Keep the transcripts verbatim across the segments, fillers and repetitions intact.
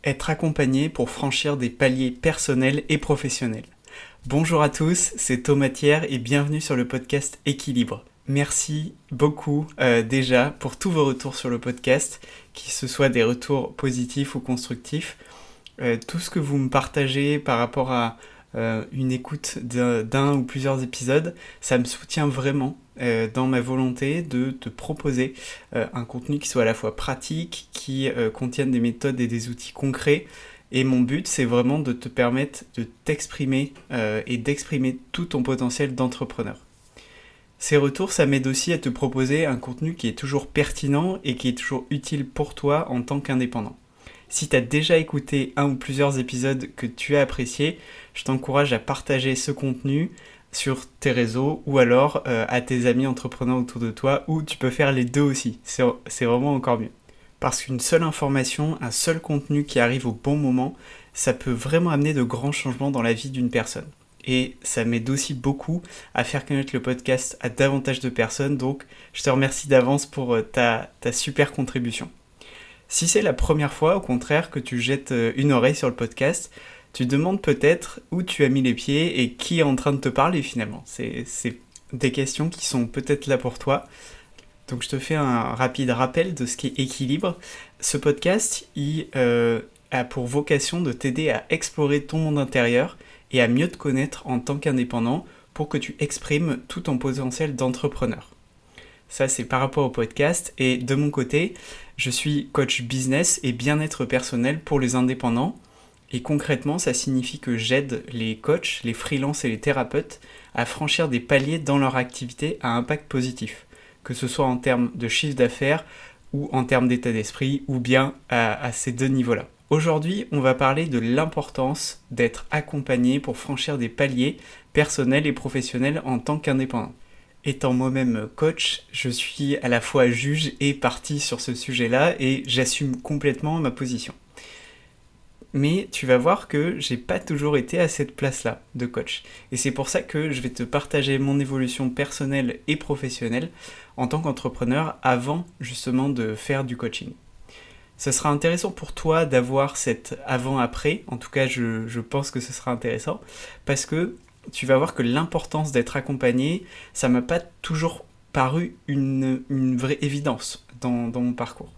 Être accompagné pour franchir des paliers personnels et professionnels. Bonjour à tous, c'est Thomas Thiers et bienvenue sur le podcast Équilibre. Merci beaucoup euh, déjà pour tous vos retours sur le podcast, qu'ils ce soit des retours positifs ou constructifs. Euh, tout ce que vous me partagez par rapport à euh, une écoute d'un, d'un ou plusieurs épisodes, ça me soutient vraiment euh, dans ma volonté de te proposer euh, un contenu qui soit à la fois pratique, qui euh, contienne des méthodes et des outils concrets. Et mon but, c'est vraiment de te permettre de t'exprimer euh, et d'exprimer tout ton potentiel d'entrepreneur. Ces retours, ça m'aide aussi à te proposer un contenu qui est toujours pertinent et qui est toujours utile pour toi en tant qu'indépendant. Si tu as déjà écouté un ou plusieurs épisodes que tu as appréciés, je t'encourage à partager ce contenu sur tes réseaux ou alors euh, à tes amis entrepreneurs autour de toi, ou tu peux faire les deux aussi, c'est, c'est vraiment encore mieux. Parce qu'une seule information, un seul contenu qui arrive au bon moment, ça peut vraiment amener de grands changements dans la vie d'une personne. Et ça m'aide aussi beaucoup à faire connaître le podcast à davantage de personnes, donc je te remercie d'avance pour ta, ta super contribution. Si c'est la première fois, au contraire, que tu jettes une oreille sur le podcast, tu te demandes peut-être où tu as mis les pieds et qui est en train de te parler finalement. C'est, c'est des questions qui sont peut-être là pour toi. Donc je te fais un rapide rappel de ce qu'est Équilibre. Ce podcast, il euh, a pour vocation de t'aider à explorer ton monde intérieur et à mieux te connaître en tant qu'indépendant pour que tu exprimes tout ton potentiel d'entrepreneur. Ça, c'est par rapport au podcast. Et de mon côté, je suis coach business et bien-être personnel pour les indépendants. Et concrètement, ça signifie que j'aide les coachs, les freelances et les thérapeutes à franchir des paliers dans leur activité à impact positif, que ce soit en termes de chiffre d'affaires ou en termes d'état d'esprit, ou bien à, à ces deux niveaux-là. Aujourd'hui, on va parler de l'importance d'être accompagné pour franchir des paliers personnels et professionnels en tant qu'indépendant. Étant moi-même coach, je suis à la fois juge et partie sur ce sujet-là et j'assume complètement ma position. Mais tu vas voir que j'ai pas toujours été à cette place-là de coach. Et c'est pour ça que je vais te partager mon évolution personnelle et professionnelle en tant qu'entrepreneur avant justement de faire du coaching. Ça sera intéressant pour toi d'avoir cet avant-après, en tout cas je, je pense que ce sera intéressant, parce que tu vas voir que l'importance d'être accompagné, ça m'a pas toujours paru une, une vraie évidence dans, dans mon parcours.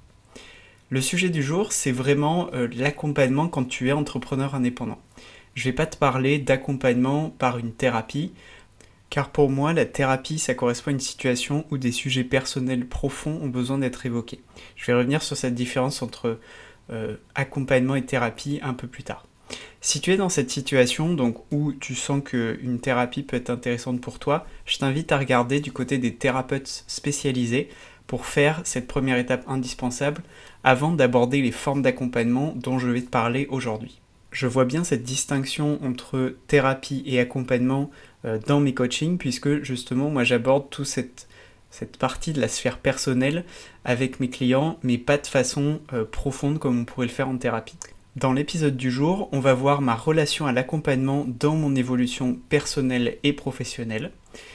Le sujet du jour, c'est vraiment euh, l'accompagnement quand tu es entrepreneur indépendant. Je vais pas te parler d'accompagnement par une thérapie, car pour moi, la thérapie, ça correspond à une situation où des sujets personnels profonds ont besoin d'être évoqués. Je vais revenir sur cette différence entre euh, accompagnement et thérapie un peu plus tard. Si tu es dans cette situation donc, où tu sens qu'une thérapie peut être intéressante pour toi, je t'invite à regarder du côté des thérapeutes spécialisés pour faire cette première étape indispensable avant d'aborder les formes d'accompagnement dont je vais te parler aujourd'hui. Je vois bien cette distinction entre thérapie et accompagnement euh, dans mes coachings, puisque justement moi j'aborde toute cette, cette partie de la sphère personnelle avec mes clients, mais pas de façon euh, profonde comme on pourrait le faire en thérapie. Dans l'épisode du jour, on va voir ma relation à l'accompagnement dans mon évolution personnelle et professionnelle.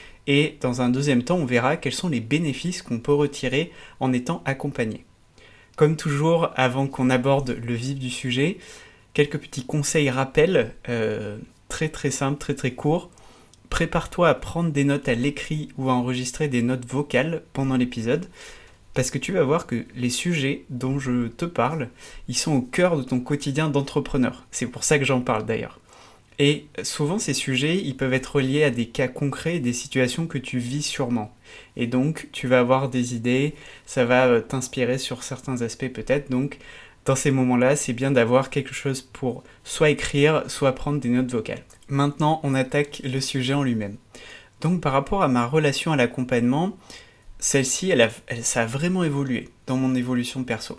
Et dans un deuxième temps, on verra quels sont les bénéfices qu'on peut retirer en étant accompagné. Comme toujours, avant qu'on aborde le vif du sujet, quelques petits conseils rappels, euh, très très simples, très très courts. Prépare-toi à prendre des notes à l'écrit ou à enregistrer des notes vocales pendant l'épisode, parce que tu vas voir que les sujets dont je te parle, ils sont au cœur de ton quotidien d'entrepreneur. C'est pour ça que j'en parle d'ailleurs. Et souvent, ces sujets, ils peuvent être reliés à des cas concrets et des situations que tu vis sûrement. Et donc, tu vas avoir des idées, ça va t'inspirer sur certains aspects peut-être. Donc, dans ces moments-là, c'est bien d'avoir quelque chose pour soit écrire, soit prendre des notes vocales. Maintenant, on attaque le sujet en lui-même. Donc, par rapport à ma relation à l'accompagnement, celle-ci, elle a, elle, ça a vraiment évolué dans mon évolution perso.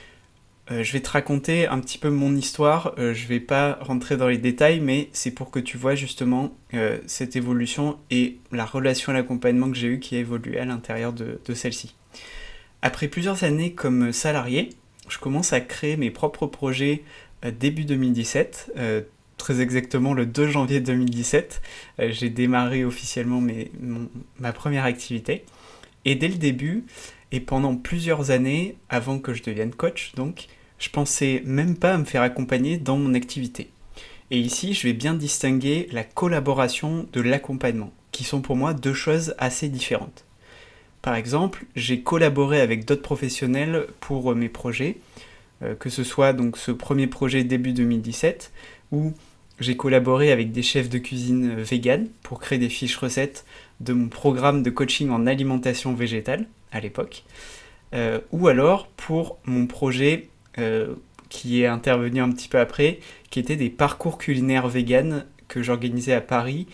Euh, je vais te raconter un petit peu mon histoire, euh, je vais pas rentrer dans les détails, mais c'est pour que tu vois justement euh, cette évolution et la relation à l'accompagnement que j'ai eue qui a évolué à l'intérieur de, de celle-ci. Après plusieurs années comme salarié, je commence à créer mes propres projets euh, début deux mille dix-sept, euh, très exactement le deux janvier deux mille dix-sept, euh, j'ai démarré officiellement mes, mon, ma première activité. Et dès le début, et pendant plusieurs années, avant que je devienne coach, donc, Je pensais même pas à me faire accompagner dans mon activité. Et ici, je vais bien distinguer la collaboration de l'accompagnement, qui sont pour moi deux choses assez différentes. Par exemple, j'ai collaboré avec d'autres professionnels pour mes projets, euh, que ce soit donc ce premier projet début deux mille dix-sept, où j'ai collaboré avec des chefs de cuisine vegan pour créer des fiches recettes de mon programme de coaching en alimentation végétale à l'époque, euh, ou alors pour mon projet euh, qui est intervenu un petit peu après, qui était des parcours culinaires vegan que j'organisais à Paris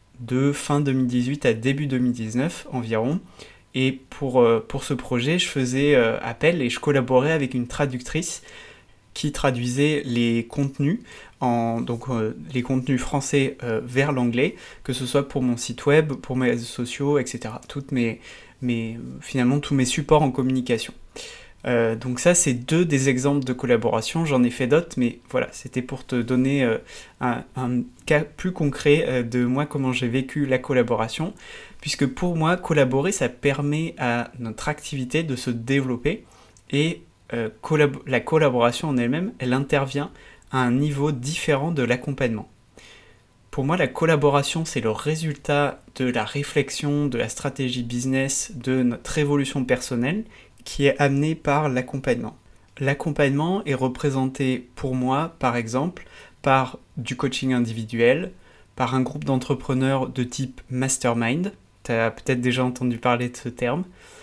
de fin deux mille dix-huit à début deux mille dix-neuf environ. Et pour, euh, pour ce projet, je faisais euh, appel et je collaborais avec une traductrice qui traduisait les contenus, en, donc euh, les contenus français euh, vers l'anglais, que ce soit pour mon site web, pour mes réseaux sociaux, et cetera. Toutes mes, mes, finalement tous mes supports en communication. Euh, donc ça, c'est deux des exemples de collaboration. J'en ai fait d'autres, mais voilà, c'était pour te donner euh, un, un cas plus concret euh, de moi, comment j'ai vécu la collaboration, puisque pour moi, collaborer, ça permet à notre activité de se développer, et euh, collab- la collaboration en elle-même, elle intervient à un niveau différent de l'accompagnement. Pour moi, la collaboration, c'est le résultat de la réflexion, de la stratégie business, de notre évolution personnelle, qui est amenée par l'accompagnement. L'accompagnement est représenté pour moi, par exemple, par du coaching individuel, par un groupe d'entrepreneurs de type mastermind, tu as peut-être déjà entendu parler de ce terme,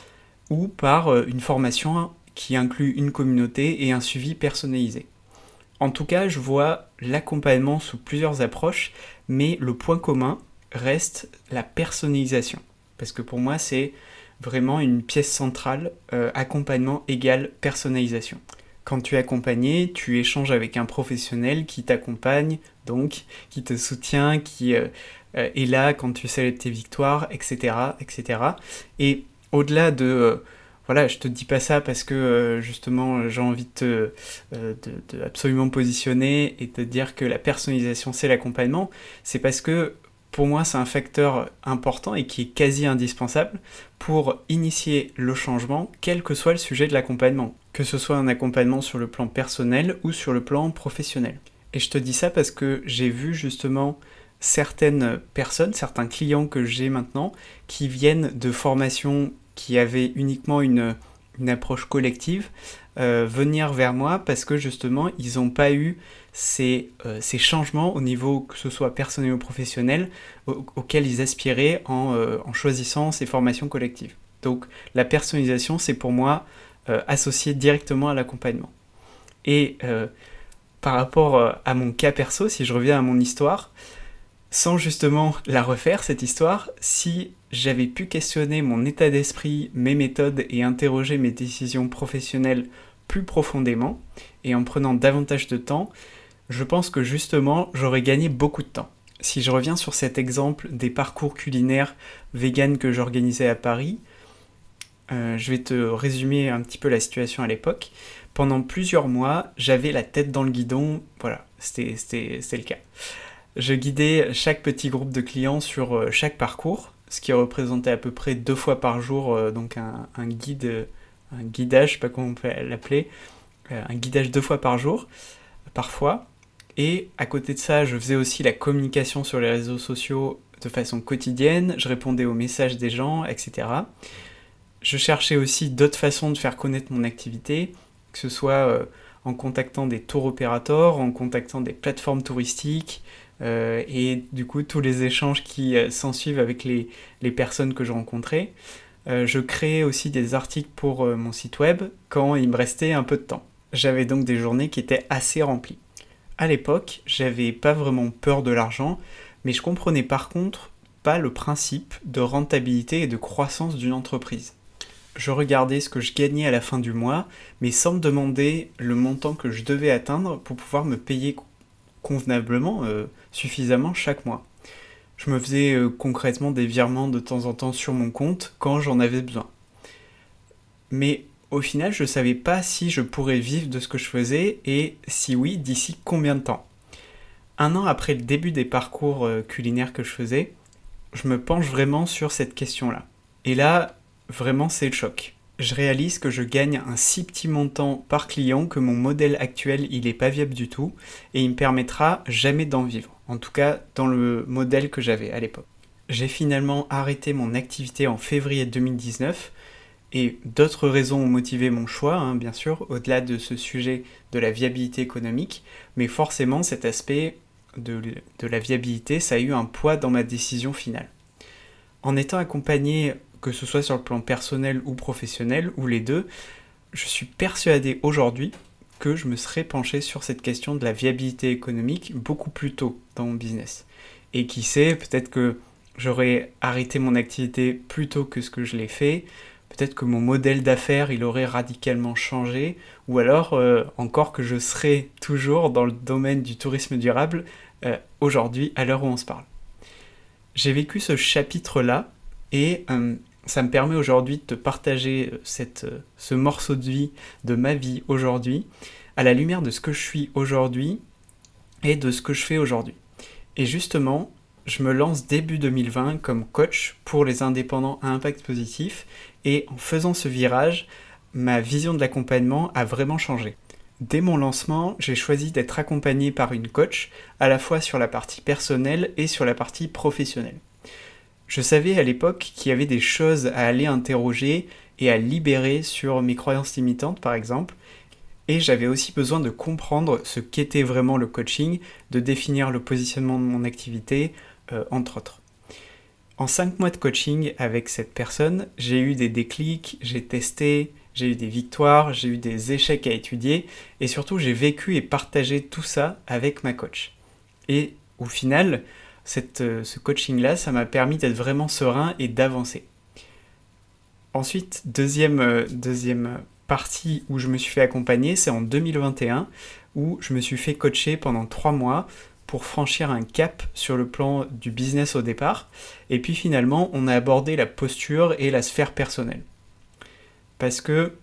ou par une formation qui inclut une communauté et un suivi personnalisé. En tout cas, je vois l'accompagnement sous plusieurs approches, mais le point commun reste la personnalisation. Parce que pour moi, c'est vraiment une pièce centrale, euh, accompagnement égale personnalisation. Quand tu es accompagné, tu échanges avec un professionnel qui t'accompagne, donc qui te soutient, qui euh, euh, est là quand tu célèbres tes victoires, et cetera, et cetera. Et au-delà de... Euh, voilà, je te dis pas ça parce que euh, justement j'ai envie de te euh, de, de absolument positionner et de te dire que la personnalisation c'est l'accompagnement, c'est parce que pour moi c'est un facteur important et qui est quasi indispensable pour initier le changement, quel que soit le sujet de l'accompagnement, que ce soit un accompagnement sur le plan personnel ou sur le plan professionnel. Et je te dis ça parce que j'ai vu justement certaines personnes, certains clients que j'ai maintenant, qui viennent de formations qui avaient uniquement une, une approche collective, euh, venir vers moi parce que justement ils n'ont pas eu ces, euh, ces changements au niveau que ce soit personnel ou professionnel au, auxquels ils aspiraient en, euh, en choisissant ces formations collectives. Donc la personnalisation c'est pour moi euh, associé directement à l'accompagnement. Et euh, par rapport à mon cas perso, si je reviens à mon histoire, sans justement la refaire, cette histoire, si j'avais pu questionner mon état d'esprit, mes méthodes et interroger mes décisions professionnelles plus profondément, et en prenant davantage de temps, je pense que justement, j'aurais gagné beaucoup de temps. Si je reviens sur cet exemple des parcours culinaires vegan que j'organisais à Paris, euh, je vais te résumer un petit peu la situation à l'époque. Pendant plusieurs mois, j'avais la tête dans le guidon, voilà, c'était, c'était, c'était le cas. Je guidais chaque petit groupe de clients sur chaque parcours, ce qui représentait à peu près deux fois par jour, euh, donc un, un guide, un guidage, je sais pas comment on peut l'appeler, euh, un guidage deux fois par jour, parfois. Et à côté de ça, je faisais aussi la communication sur les réseaux sociaux de façon quotidienne, je répondais aux messages des gens, et cetera. Je cherchais aussi d'autres façons de faire connaître mon activité, que ce soit euh, en contactant des tour opérateurs, en contactant des plateformes touristiques, Euh, et du coup tous les échanges qui euh, s'ensuivent avec les, les personnes que je rencontrais. Euh, je créais aussi des articles pour euh, mon site web quand il me restait un peu de temps. J'avais donc des journées qui étaient assez remplies. À l'époque, j'avais pas vraiment peur de l'argent, mais je comprenais par contre pas le principe de rentabilité et de croissance d'une entreprise. Je regardais ce que je gagnais à la fin du mois, mais sans me demander le montant que je devais atteindre pour pouvoir me payer convenablement, euh, suffisamment chaque mois. Je me faisais euh, concrètement des virements de temps en temps sur mon compte quand j'en avais besoin. Mais au final, je ne savais pas si je pourrais vivre de ce que je faisais et si oui, d'ici combien de temps. Un an après le début des parcours euh, culinaires que je faisais, je me penche vraiment sur cette question-là. Et là, vraiment, c'est le choc. je réalise que je gagne un si petit montant par client que mon modèle actuel il est pas viable du tout et il me permettra jamais d'en vivre, en tout cas dans le modèle que j'avais à l'époque. J'ai finalement arrêté mon activité en février deux mille dix-neuf et d'autres raisons ont motivé mon choix, hein, bien sûr, au-delà de ce sujet de la viabilité économique, mais forcément cet aspect de, de la viabilité, ça a eu un poids dans ma décision finale. En étant accompagné, que ce soit sur le plan personnel ou professionnel, ou les deux, je suis persuadé aujourd'hui que je me serais penché sur cette question de la viabilité économique beaucoup plus tôt dans mon business. Et qui sait, peut-être que j'aurais arrêté mon activité plus tôt que ce que je l'ai fait, peut-être que mon modèle d'affaires il aurait radicalement changé, ou alors euh, encore que je serais toujours dans le domaine du tourisme durable euh, aujourd'hui, à l'heure où on se parle. J'ai vécu ce chapitre-là et euh, ça me permet aujourd'hui de te partager cette, ce morceau de vie, de ma vie aujourd'hui, à la lumière de ce que je suis aujourd'hui et de ce que je fais aujourd'hui. Et justement, je me lance début deux mille vingt comme coach pour les indépendants à impact positif et en faisant ce virage, ma vision de l'accompagnement a vraiment changé. Dès mon lancement, j'ai choisi d'être accompagné par une coach, à la fois sur la partie personnelle et sur la partie professionnelle. Je savais à l'époque qu'il y avait des choses à aller interroger et à libérer sur mes croyances limitantes par exemple, et j'avais aussi besoin de comprendre ce qu'était vraiment le coaching, de définir le positionnement de mon activité, euh, entre autres. En cinq mois de coaching avec cette personne, j'ai eu des déclics, j'ai testé, j'ai eu des victoires, j'ai eu des échecs à étudier, et surtout j'ai vécu et partagé tout ça avec ma coach. Et au final, cette, euh, ce coaching-là, ça m'a permis d'être vraiment serein et d'avancer. Ensuite, deuxième, euh, deuxième partie où je me suis fait accompagner, c'est en deux mille vingt et un, où je me suis fait coacher pendant trois mois pour franchir un cap sur le plan du business au départ, et puis finalement, on a abordé la posture et la sphère personnelle. Parce que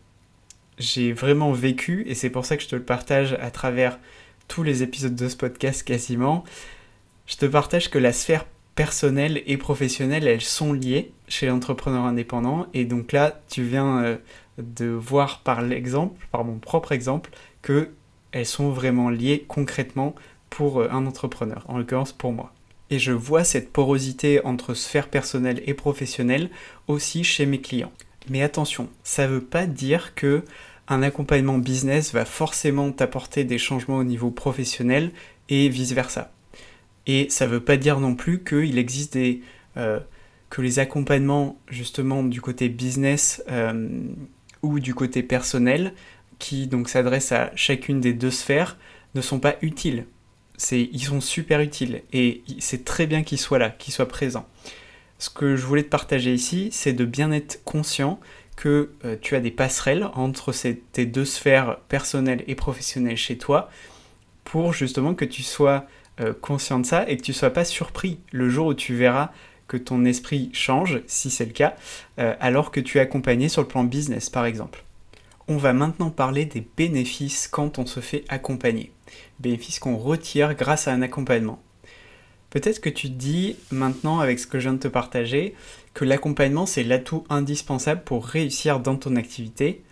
j'ai vraiment vécu, et c'est pour ça que je te le partage à travers tous les épisodes de ce podcast quasiment, je te partage que la sphère personnelle et professionnelle, elles sont liées chez l'entrepreneur indépendant, et donc là, tu viens euh, de voir par l'exemple, par mon propre exemple, qu'elles sont vraiment liées concrètement pour euh, un entrepreneur, en l'occurrence pour moi. Et je vois cette porosité entre sphère personnelle et professionnelle aussi chez mes clients. Mais attention, ça ne veut pas dire que un accompagnement business va forcément t'apporter des changements au niveau professionnel et vice-versa. Et ça ne veut pas dire non plus qu'il existe des... Euh, que les accompagnements justement du côté business euh, ou du côté personnel, qui donc s'adressent à chacune des deux sphères, ne sont pas utiles. C'est, ils sont super utiles et c'est très bien qu'ils soient là, qu'ils soient présents. Ce que je voulais te partager ici, c'est de bien être conscient que euh, tu as des passerelles entre ces, tes deux sphères personnelles et professionnelles chez toi pour justement que tu sois euh, conscient de ça et que tu ne sois pas surpris le jour où tu verras que ton esprit change, si c'est le cas, euh, alors que tu es accompagné sur le plan business par exemple. On va maintenant parler des bénéfices quand on se fait accompagner. Bénéfices qu'on retire grâce à un accompagnement. Peut-être que tu te dis maintenant, avec ce que je viens de te partager, que l'accompagnement c'est l'atout indispensable pour réussir dans ton activité.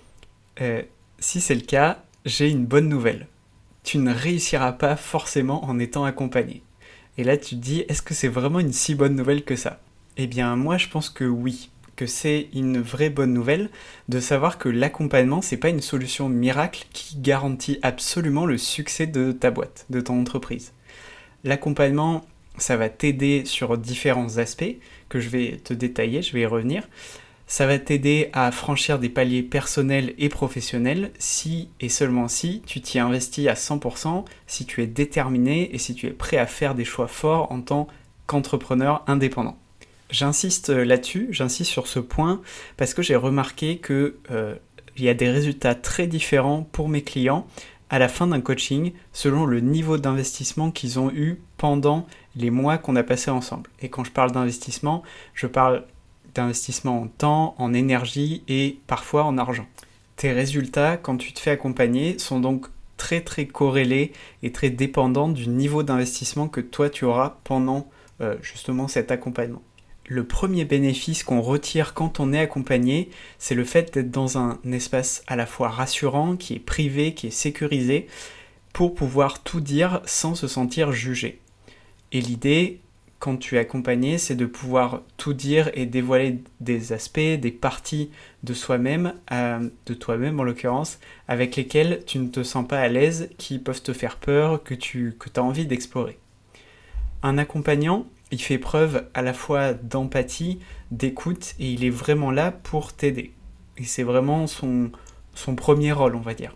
Euh, si c'est le cas, j'ai une bonne nouvelle. Tu ne réussiras pas forcément en étant accompagné. Et là tu te dis, est-ce que c'est vraiment une si bonne nouvelle que ça ? Eh bien moi je pense que oui, que c'est une vraie bonne nouvelle de savoir que l'accompagnement c'est pas une solution miracle qui garantit absolument le succès de ta boîte, de ton entreprise. L'accompagnement, ça va t'aider sur différents aspects que je vais te détailler, je vais y revenir. Ça va t'aider à franchir des paliers personnels et professionnels si et seulement si tu t'y investis à cent pour cent, si tu es déterminé et si tu es prêt à faire des choix forts en tant qu'entrepreneur indépendant. J'insiste là-dessus, j'insiste sur ce point parce que j'ai remarqué qu'il euh, y a des résultats très différents pour mes clients à la fin d'un coaching selon le niveau d'investissement qu'ils ont eu pendant les mois qu'on a passés ensemble. Et quand je parle d'investissement, je parle d'investissement en temps, en énergie et parfois en argent. Tes résultats, quand tu te fais accompagner, sont donc très très corrélés et très dépendants du niveau d'investissement que toi tu auras pendant euh, justement cet accompagnement. Le premier bénéfice qu'on retire quand on est accompagné, c'est le fait d'être dans un espace à la fois rassurant, qui est privé, qui est sécurisé, pour pouvoir tout dire sans se sentir jugé. Et l'idée, quand tu es accompagné, c'est de pouvoir tout dire et dévoiler des aspects, des parties de soi-même, euh, de toi-même en l'occurrence, avec lesquelles tu ne te sens pas à l'aise, qui peuvent te faire peur, que tu que tu as envie d'explorer. Un accompagnant, il fait preuve à la fois d'empathie, d'écoute, et il est vraiment là pour t'aider. Et c'est vraiment son, son premier rôle, on va dire.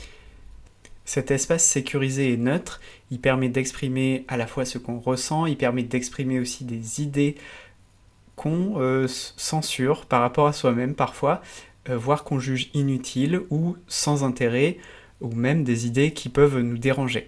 Cet espace sécurisé et neutre, il permet d'exprimer à la fois ce qu'on ressent, il permet d'exprimer aussi des idées qu'on euh, censure par rapport à soi-même parfois, euh, voire qu'on juge inutiles ou sans intérêt, ou même des idées qui peuvent nous déranger.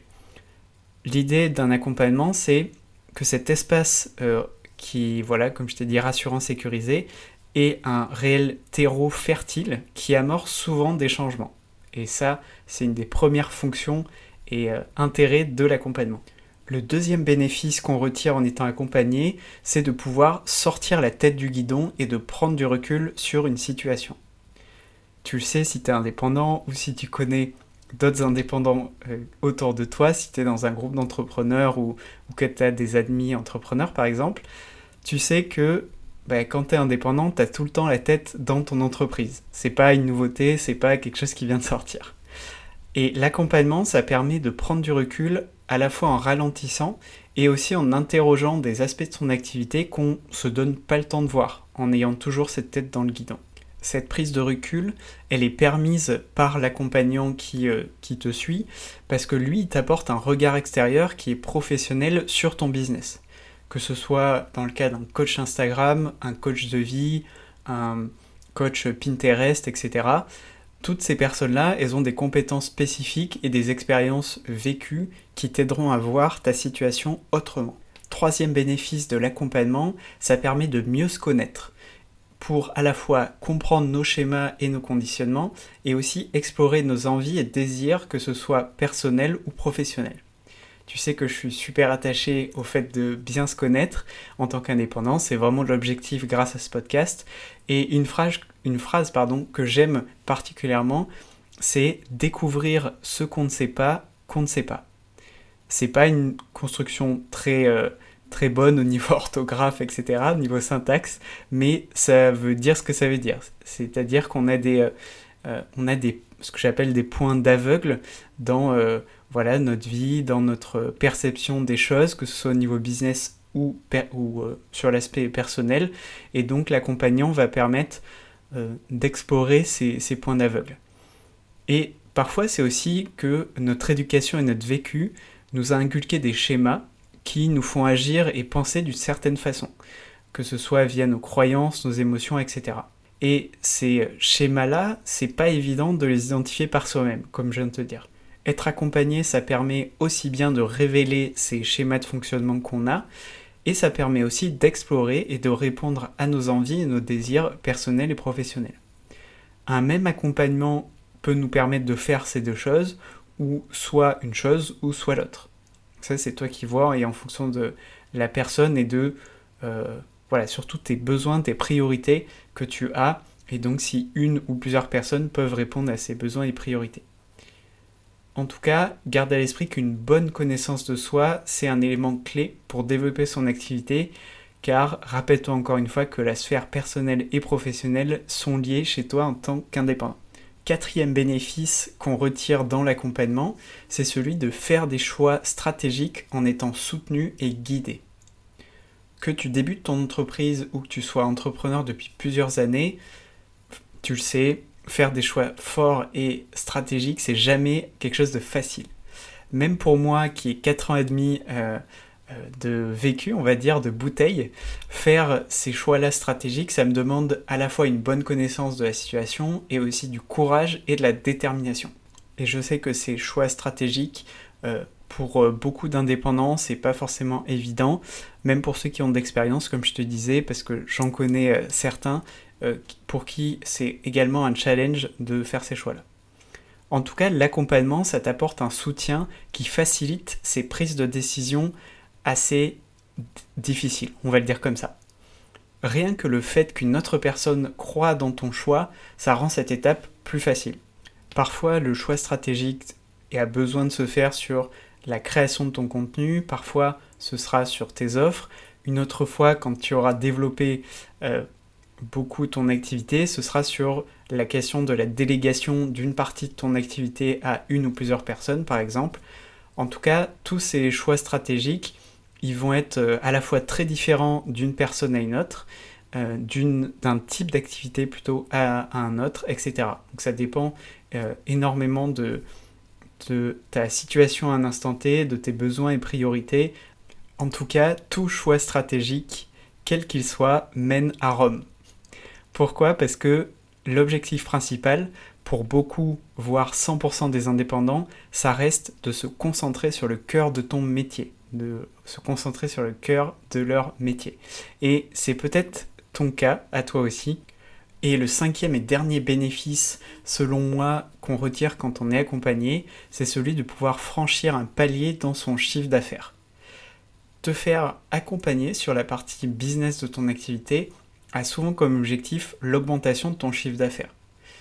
L'idée d'un accompagnement, c'est que cet espace euh, qui, voilà, comme je t'ai dit, rassurant, sécurisé, est un réel terreau fertile qui amorce souvent des changements. Et ça, c'est une des premières fonctions et euh, intérêts de l'accompagnement. Le deuxième bénéfice qu'on retire en étant accompagné, c'est de pouvoir sortir la tête du guidon et de prendre du recul sur une situation. Tu le sais si tu es indépendant ou si tu connais d'autres indépendants euh, autour de toi, si tu es dans un groupe d'entrepreneurs ou, ou que tu as des amis entrepreneurs par exemple, tu sais que bah, quand tu es indépendant, tu as tout le temps la tête dans ton entreprise. C'est pas une nouveauté, c'est pas quelque chose qui vient de sortir. Et l'accompagnement, ça permet de prendre du recul à la fois en ralentissant et aussi en interrogeant des aspects de son activité qu'on se donne pas le temps de voir, en ayant toujours cette tête dans le guidon. Cette prise de recul, elle est permise par l'accompagnant qui, euh, qui te suit, parce que lui, il t'apporte un regard extérieur qui est professionnel sur ton business. Que ce soit dans le cas d'un coach Instagram, un coach de vie, un coach Pinterest, et cetera. Toutes ces personnes-là, elles ont des compétences spécifiques et des expériences vécues qui t'aideront à voir ta situation autrement. Troisième bénéfice de l'accompagnement, ça permet de mieux se connaître, pour à la fois comprendre nos schémas et nos conditionnements, et aussi explorer nos envies et désirs, que ce soit personnels ou professionnels. Tu sais que je suis super attaché au fait de bien se connaître en tant qu'indépendant, c'est vraiment l'objectif grâce à ce podcast. Et une phrase, une phrase pardon, que j'aime particulièrement, c'est découvrir ce qu'on ne sait pas, qu'on ne sait pas. C'est pas une construction très, euh, très bonne au niveau orthographe, et cetera, au niveau syntaxe, mais ça veut dire ce que ça veut dire. C'est-à-dire qu'on a des, euh, on a des, ce que j'appelle des points d'aveugle dans euh, voilà, notre vie, dans notre perception des choses, que ce soit au niveau business ou, per- ou euh, sur l'aspect personnel. Et donc l'accompagnant va permettre euh, d'explorer ces, ces points d'aveugle. Et parfois c'est aussi que notre éducation et notre vécu nous a inculqué des schémas qui nous font agir et penser d'une certaine façon, que ce soit via nos croyances, nos émotions, et cetera. Et ces schémas-là, c'est pas évident de les identifier par soi-même, comme je viens de te dire. Être accompagné, ça permet aussi bien de révéler ces schémas de fonctionnement qu'on a, et ça permet aussi d'explorer et de répondre à nos envies et nos désirs personnels et professionnels. Un même accompagnement peut nous permettre de faire ces deux choses, ou soit une chose, ou soit l'autre. Ça, c'est toi qui vois, et en fonction de la personne et de, euh, voilà, surtout tes besoins, tes priorités que tu as, et donc si une ou plusieurs personnes peuvent répondre à ces besoins et priorités. En tout cas, garde à l'esprit qu'une bonne connaissance de soi, c'est un élément clé pour développer son activité, car rappelle-toi encore une fois que la sphère personnelle et professionnelle sont liées chez toi en tant qu'indépendant. Quatrième bénéfice qu'on retire dans l'accompagnement, c'est celui de faire des choix stratégiques en étant soutenu et guidé. Que tu débutes ton entreprise ou que tu sois entrepreneur depuis plusieurs années, tu le sais, faire des choix forts et stratégiques, c'est jamais quelque chose de facile. Même pour moi qui ai quatre ans et demi euh, de vécu, on va dire, de bouteille, faire ces choix-là stratégiques, ça me demande à la fois une bonne connaissance de la situation et aussi du courage et de la détermination. Et je sais que ces choix stratégiques, euh, pour beaucoup d'indépendants, c'est pas forcément évident, même pour ceux qui ont de l'expérience, comme je te disais, parce que j'en connais euh, certains, euh, pour qui c'est également un challenge de faire ces choix-là. En tout cas, l'accompagnement, ça t'apporte un soutien qui facilite ces prises de décision assez difficiles, on va le dire comme ça. Rien que le fait qu'une autre personne croit dans ton choix, ça rend cette étape plus facile. Parfois, le choix stratégique a besoin de se faire sur la création de ton contenu, parfois ce sera sur tes offres, une autre fois quand tu auras développé euh, beaucoup ton activité, ce sera sur la question de la délégation d'une partie de ton activité à une ou plusieurs personnes par exemple. En tout cas, tous ces choix stratégiques, ils vont être à la fois très différents d'une personne à une autre, euh, d'une, d'un type d'activité plutôt à, à un autre, et cetera. Donc ça dépend euh, énormément de, de ta situation à un instant T, de tes besoins et priorités. En tout cas, tout choix stratégique, quel qu'il soit, mène à Rome. Pourquoi ? Parce que l'objectif principal, pour beaucoup, voire cent pour cent des indépendants, ça reste de se concentrer sur le cœur de ton métier, de se concentrer sur le cœur de leur métier. Et c'est peut-être ton cas, à toi aussi. Et le cinquième et dernier bénéfice, selon moi, qu'on retire quand on est accompagné, c'est celui de pouvoir franchir un palier dans son chiffre d'affaires. Te faire accompagner sur la partie business de ton activité a souvent comme objectif l'augmentation de ton chiffre d'affaires.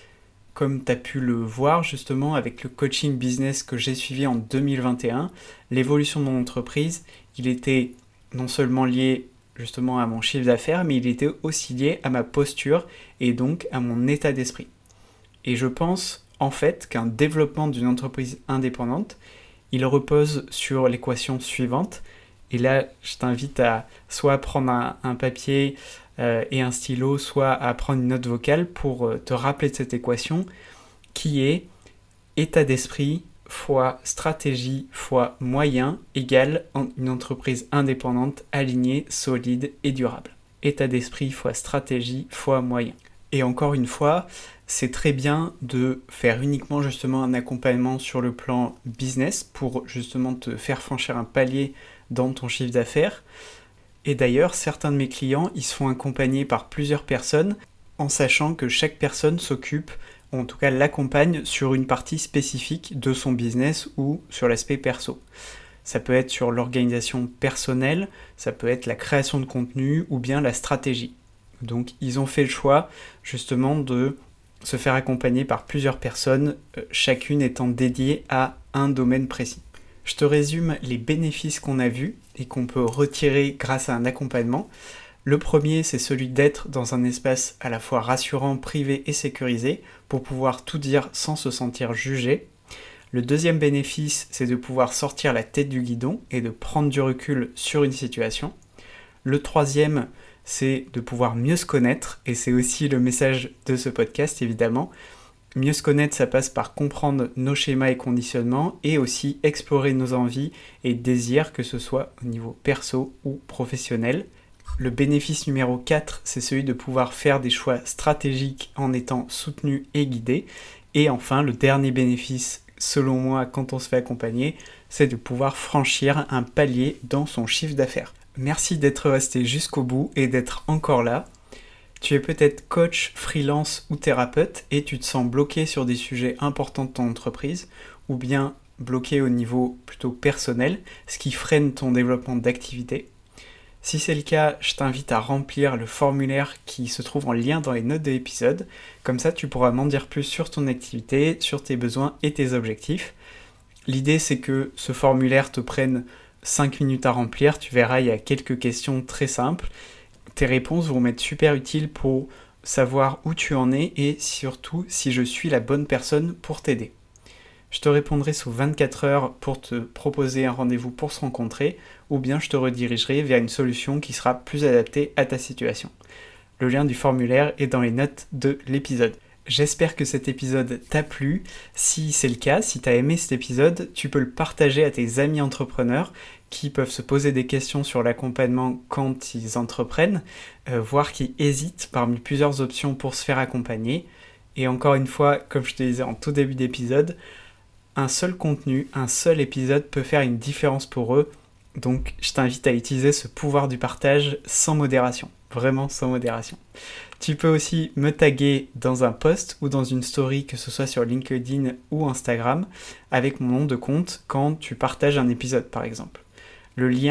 Comme tu as pu le voir justement avec le coaching business que j'ai suivi en deux mille vingt et un, l'évolution de mon entreprise, il était non seulement lié justement à mon chiffre d'affaires, mais il était aussi lié à ma posture et donc à mon état d'esprit. Et je pense en fait qu'un développement d'une entreprise indépendante, il repose sur l'équation suivante. Et là, je t'invite à soit prendre un, un papier euh, et un stylo, soit à prendre une note vocale pour euh, te rappeler de cette équation qui est état d'esprit fois stratégie fois moyen égale une entreprise indépendante, alignée, solide et durable. État d'esprit fois stratégie fois moyen. Et encore une fois, c'est très bien de faire uniquement justement un accompagnement sur le plan business pour justement te faire franchir un palier dans ton chiffre d'affaires. Et d'ailleurs, certains de mes clients, ils se font accompagner par plusieurs personnes en sachant que chaque personne s'occupe, ou en tout cas l'accompagne sur une partie spécifique de son business ou sur l'aspect perso. Ça peut être sur l'organisation personnelle, ça peut être la création de contenu ou bien la stratégie. Donc ils ont fait le choix justement de se faire accompagner par plusieurs personnes, chacune étant dédiée à un domaine précis. Je te résume les bénéfices qu'on a vus et qu'on peut retirer grâce à un accompagnement. Le premier, c'est celui d'être dans un espace à la fois rassurant, privé et sécurisé pour pouvoir tout dire sans se sentir jugé. Le deuxième bénéfice, c'est de pouvoir sortir la tête du guidon et de prendre du recul sur une situation. Le troisième, c'est de pouvoir mieux se connaître, et c'est aussi le message de ce podcast évidemment. Mieux se connaître, ça passe par comprendre nos schémas et conditionnements et aussi explorer nos envies et désirs, que ce soit au niveau perso ou professionnel. Le bénéfice numéro quatre, c'est celui de pouvoir faire des choix stratégiques en étant soutenu et guidé. Et enfin, le dernier bénéfice, selon moi, quand on se fait accompagner, c'est de pouvoir franchir un palier dans son chiffre d'affaires. Merci d'être resté jusqu'au bout et d'être encore là. Tu es peut-être coach, freelance ou thérapeute et tu te sens bloqué sur des sujets importants de ton entreprise ou bien bloqué au niveau plutôt personnel, ce qui freine ton développement d'activité. Si c'est le cas, je t'invite à remplir le formulaire qui se trouve en lien dans les notes de l'épisode. Comme ça, tu pourras m'en dire plus sur ton activité, sur tes besoins et tes objectifs. L'idée, c'est que ce formulaire te prenne cinq minutes à remplir. Tu verras, il y a quelques questions très simples. Tes réponses vont m'être super utiles pour savoir où tu en es et surtout si je suis la bonne personne pour t'aider. Je te répondrai sous vingt-quatre heures pour te proposer un rendez-vous pour se rencontrer ou bien je te redirigerai vers une solution qui sera plus adaptée à ta situation. Le lien du formulaire est dans les notes de l'épisode. J'espère que cet épisode t'a plu. Si c'est le cas, si tu as aimé cet épisode, tu peux le partager à tes amis entrepreneurs qui peuvent se poser des questions sur l'accompagnement quand ils entreprennent, euh, voire qui hésitent parmi plusieurs options pour se faire accompagner. Et encore une fois, comme je te disais en tout début d'épisode, un seul contenu, un seul épisode peut faire une différence pour eux. Donc je t'invite à utiliser ce pouvoir du partage sans modération, vraiment sans modération. Tu peux aussi me taguer dans un post ou dans une story, que ce soit sur LinkedIn ou Instagram, avec mon nom de compte quand tu partages un épisode par exemple. Le lien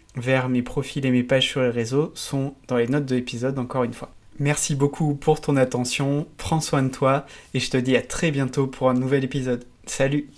vers mes profils et mes pages sur les réseaux sont dans les notes de l'épisode encore une fois. Merci beaucoup pour ton attention, prends soin de toi et je te dis à très bientôt pour un nouvel épisode. Salut!